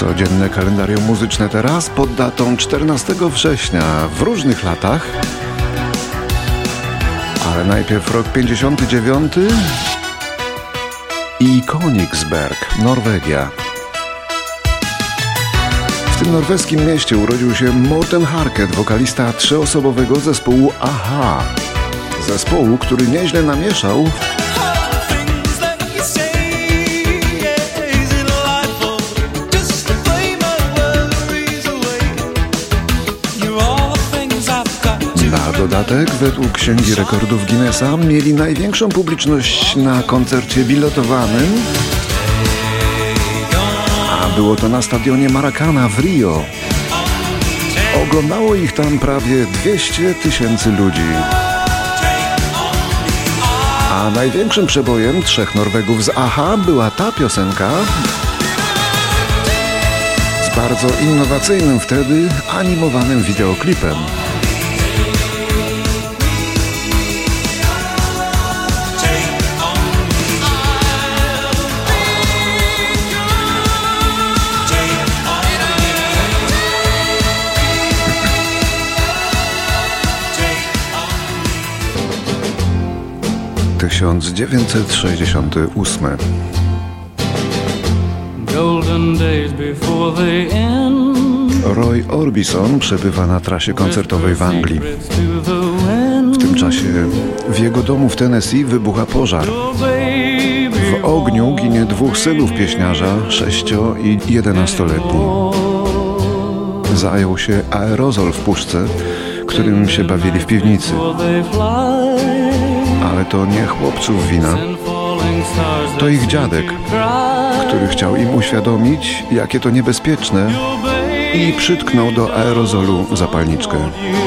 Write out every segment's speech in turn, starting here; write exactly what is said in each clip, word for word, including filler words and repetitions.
Codzienne kalendarium muzyczne teraz pod datą czternastego września w różnych latach. Ale najpierw rok pięćdziesiąty dziewiąty i Königsberg, Norwegia. W tym norweskim mieście urodził się Morten Harket, wokalista trzyosobowego zespołu a-ha. Zespołu, który nieźle namieszał na dodatek, według Księgi Rekordów Guinnessa, mieli największą publiczność na koncercie bilotowanym, a było to na stadionie Maracana w Rio. Oglądało ich tam prawie dwieście tysięcy ludzi. A największym przebojem trzech Norwegów z a-ha była ta piosenka z bardzo innowacyjnym wtedy animowanym wideoklipem. tysiąc dziewięćset sześćdziesiąty ósmy. Roy Orbison przebywa na trasie koncertowej w Anglii. W tym czasie w jego domu w Tennessee wybucha pożar. W ogniu ginie dwóch synów pieśniarza, sześcio- i jedenastoletni. Zajął się aerozol w puszce, którym się bawili w piwnicy. Ale to nie chłopców wina, to ich dziadek, który chciał im uświadomić, jakie to niebezpieczne, i przytknął do aerozolu zapalniczkę.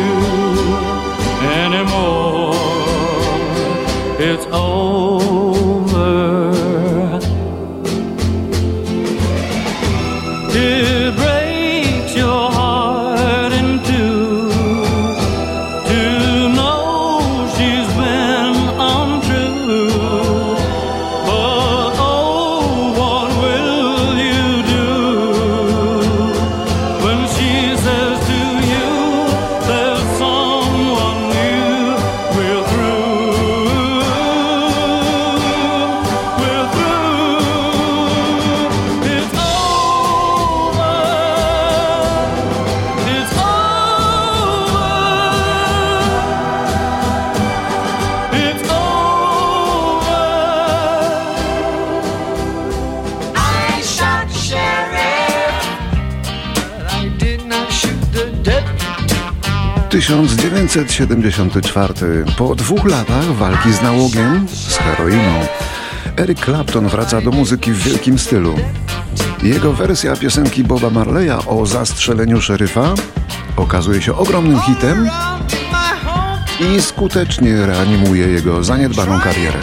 tysiąc dziewięćset siedemdziesiąty czwarty. Po dwóch latach walki z nałogiem, z heroiną, Eric Clapton wraca do muzyki w wielkim stylu. Jego wersja piosenki Boba Marleya o zastrzeleniu szeryfa okazuje się ogromnym hitem i skutecznie reanimuje jego zaniedbaną karierę.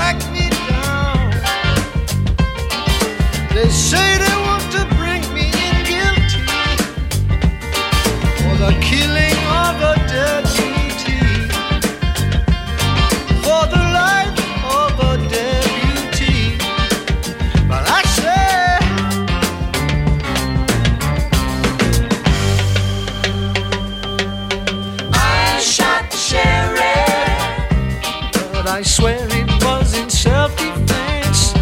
I swear it was in self-defense.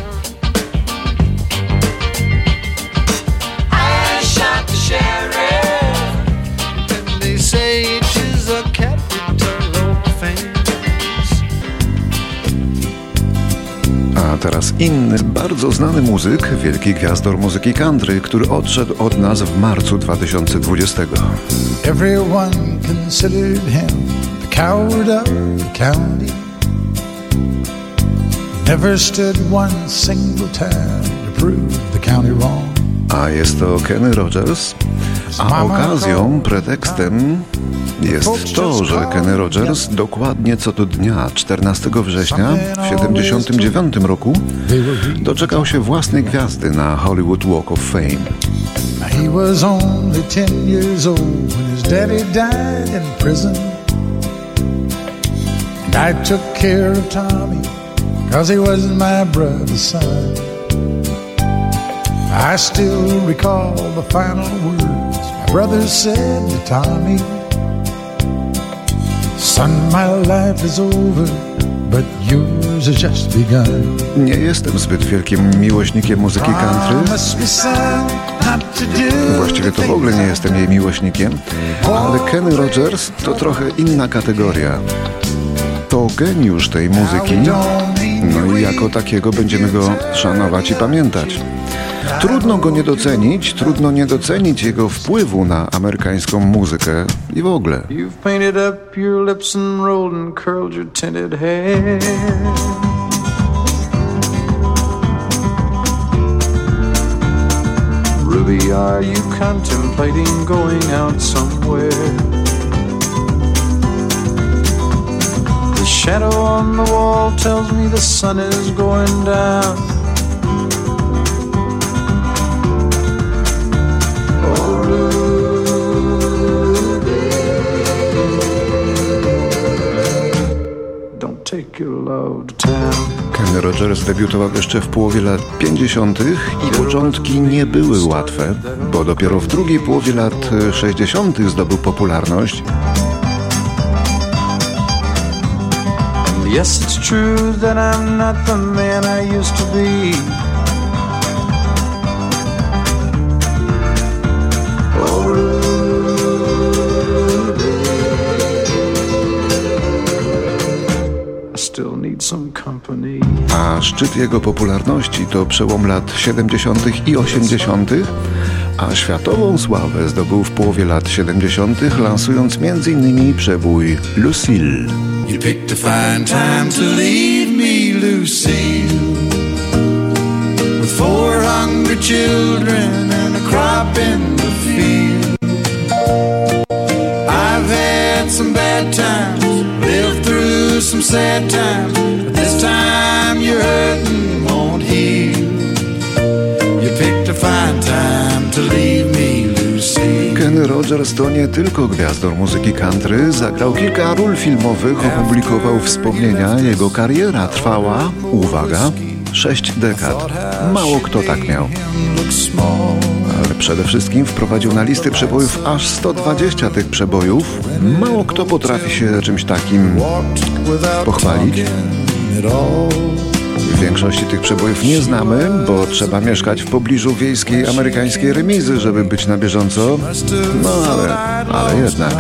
I shot the sheriff, and they say it is a capital offense. A teraz inny, bardzo znany muzyk, wielki gwiazdor muzyki country, który odszedł od nas w marcu dwa tysiące dwudziestego. Everyone considered him the coward of the county. Never stood one single time to prove the county wrong. A jest to Kenny Rogers, a okazją, pretekstem jest to, że Kenny Rogers dokładnie co do dnia czternastego września w tysiąc dziewięćset siedemdziesiątym dziewiątym roku doczekał się własnej gwiazdy na Hollywood Walk of Fame. He was only ten years old when his daddy died in prison. And I took care of Tommy, 'cause he was my brother's son. I still recall the final words my brother said to Tommy. Son, my life is over, but yours has just begun. Nie jestem zbyt wielkim miłośnikiem muzyki country. Właściwie to w ogóle nie jestem jej miłośnikiem, ale Kenny Rogers to trochę inna kategoria. To geniusz tej muzyki, no i jako takiego będziemy go szanować i pamiętać. Trudno go nie docenić, trudno nie docenić jego wpływu na amerykańską muzykę i w ogóle. You've painted up your lips and rolled and curled your tinted hair. Ruby, are you contemplating going out somewhere? The shadow on the wall tells me the sun is going down. Kenny Rogers debiutował jeszcze w połowie lat pięćdziesiątych i początki nie były łatwe, bo dopiero w drugiej połowie lat sześćdziesiątych zdobył popularność. Yes, it's true that I'm not the man I used to be. A szczyt jego popularności to przełom lat siedemdziesiątych i osiemdziesiątych, a światową sławę zdobył w połowie lat siedemdziesiątych, lansując między innymi przebój Lucille. You picked a fine time to leave me, Lucille, with four hungry children and a crop in the field. I've had some bad times, lived through some sad times, but this time your hurting won't heal. You picked a fine time to leave me, Lucille. Kenny Rogers to nie tylko gwiazdor muzyki country, zagrał kilka ról filmowych, opublikował wspomnienia, jego kariera trwała, uwaga, sześć dekad. Mało kto tak miał. Ale przede wszystkim wprowadził na listy przebojów aż sto dwadzieścia tych przebojów. Mało kto potrafi się czymś takim pochwalić. W większości tych przebojów nie znamy, bo trzeba mieszkać w pobliżu wiejskiej amerykańskiej remizy, żeby być na bieżąco. No ale, ale jednak.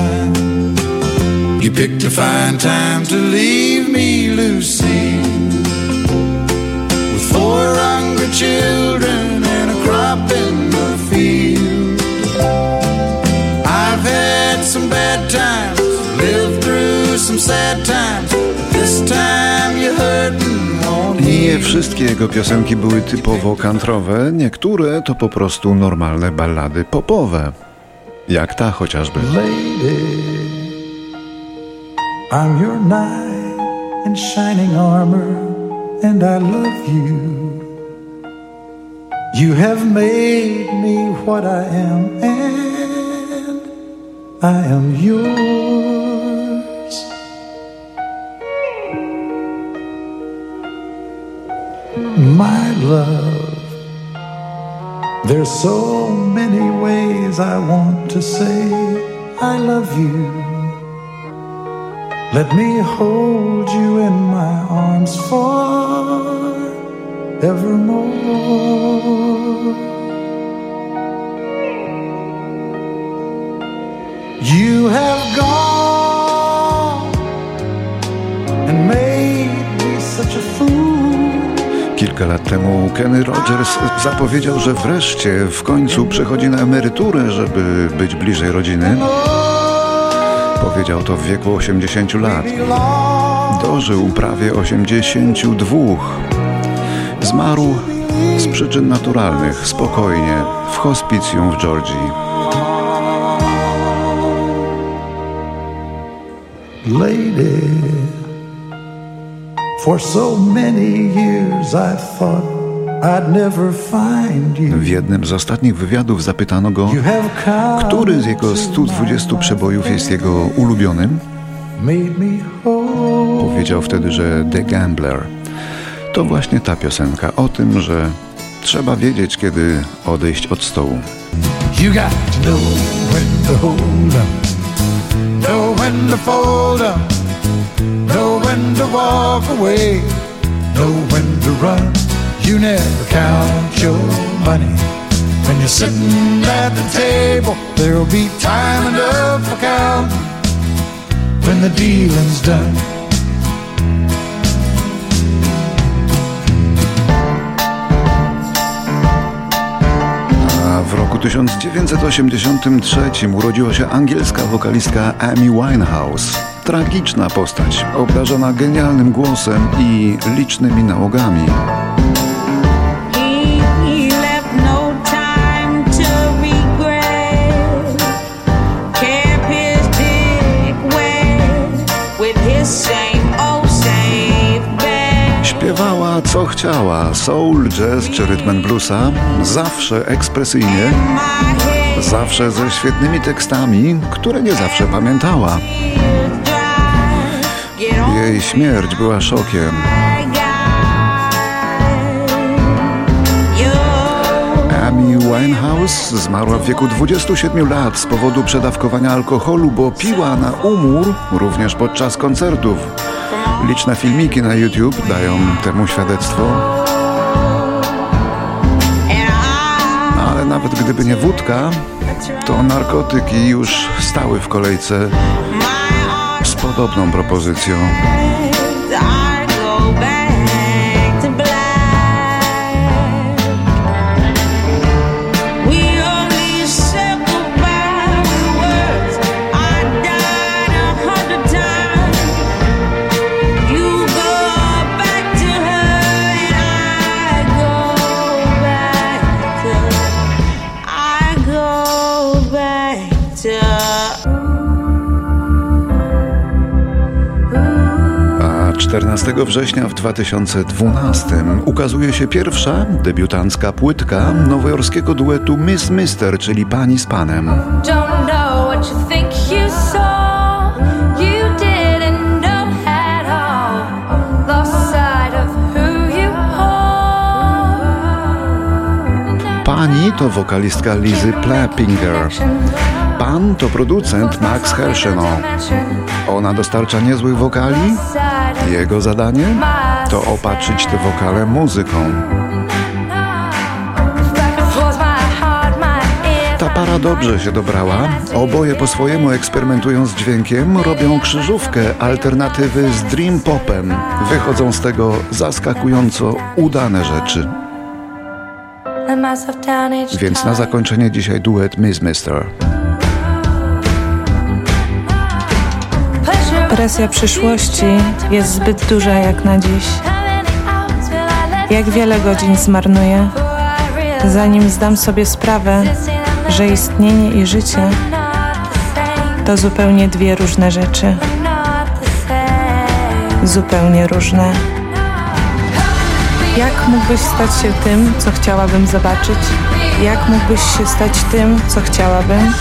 You picked a fine time to leave me, Lucille, with four hungry children and a crop in the field. I've had some bad times, lived through some sad times, but this time you're hurting. Nie wszystkie jego piosenki były typowo countrywe, niektóre to po prostu normalne ballady popowe. Jak ta chociażby. Lady, I'm your knight in shining armor, and I love you. You have made me what I am, and I am yours. My love, there's so many ways I want to say I love you. Let me hold you in my arms forevermore. You have gone and made me such a fool. Kilka lat temu Kenny Rogers zapowiedział, że wreszcie w końcu przechodzi na emeryturę, żeby być bliżej rodziny. Powiedział to w wieku osiemdziesięciu lat. Dożył prawie osiemdziesięciu dwóch. Zmarł z przyczyn naturalnych, spokojnie, w hospicjum w Georgii. Lady, for so many years I thought I'd never find you. W jednym z ostatnich wywiadów zapytano go, który z jego stu dwudziestu przebojów jest jego ulubionym. Powiedział wtedy, że The Gambler. To właśnie ta piosenka o tym, że Trzeba wiedzieć, kiedy odejść od stołu. You got to know when to hold up, know when to fold up, know when to walk away, know when to run. You never count your money when you're sitting at the table. There'll be time enough for counting when the dealing's done. W roku tysiąc dziewięćset osiemdziesiątym trzecim urodziła się angielska wokalistka Amy Winehouse. Tragiczna postać, obdarzona genialnym głosem i licznymi nałogami. Śpiewała co chciała, soul, jazz czy rytm and bluesa, zawsze ekspresyjnie, zawsze ze świetnymi tekstami, które nie zawsze pamiętała. Jej śmierć była szokiem. Amy Winehouse zmarła w wieku dwudziestu siedmiu lat z powodu przedawkowania alkoholu, bo piła na umór również podczas koncertów. Liczne filmiki na YouTube dają temu świadectwo. Ale nawet gdyby nie wódka, to narkotyki już stały w kolejce z podobną propozycją. czternastego września w dwa tysiące dwunastym ukazuje się pierwsza debiutancka płytka nowojorskiego duetu Miss Mister, czyli Pani z Panem. Pani to wokalistka Lizzy Plapinger. Pan to producent Max Herscheno. Ona dostarcza niezłych wokali. Jego zadanie to opatrzyć te wokale muzyką. Ta para dobrze się dobrała. Oboje po swojemu eksperymentują z dźwiękiem, robią krzyżówkę alternatywy z dream popem. Wychodzą z tego zaskakująco udane rzeczy. Więc na zakończenie dzisiaj duet Miss Mister. Presja przyszłości jest zbyt duża jak na dziś. Jak wiele godzin zmarnuję, zanim zdam sobie sprawę, że istnienie i życie to zupełnie dwie różne rzeczy. Zupełnie różne. Jak mógłbyś stać się tym, co chciałabym zobaczyć? Jak mógłbyś się stać tym, co chciałabym?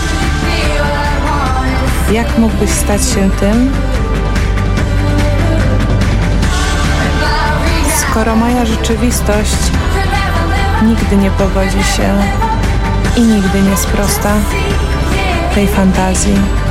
Jak mógłbyś stać się tym, skoro moja rzeczywistość nigdy nie pogodzi się i nigdy nie sprosta tej fantazji?